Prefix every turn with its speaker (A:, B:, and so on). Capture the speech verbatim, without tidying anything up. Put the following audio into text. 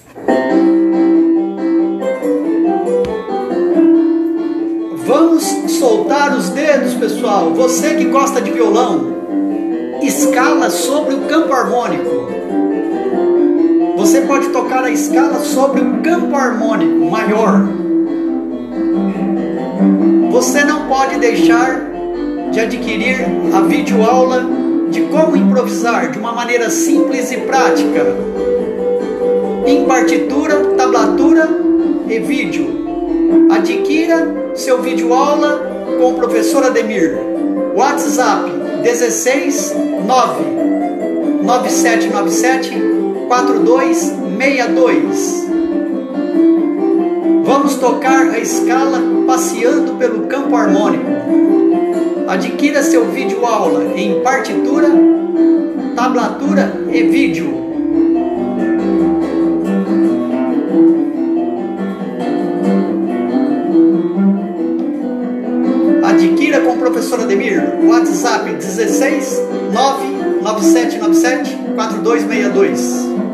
A: Vamos soltar os dedos, pessoal. Você que gosta de violão, escala sobre o campo harmônico. Você pode tocar a escala sobre o campo harmônico maior. Você não pode deixar de adquirir a videoaula de como improvisar de uma maneira simples e prática, em partitura, tablatura e vídeo. Adquira seu videoaula com o professor Ademir. WhatsApp dezesseis nove nove sete nove sete quatro dois seis dois. Vamos tocar a escala passeando pelo campo harmônico. Adquira seu videoaula em partitura, tablatura e vídeo. Adquira com o professor Ademir. WhatsApp dezesseis nove nove sete nove sete quatro dois seis dois.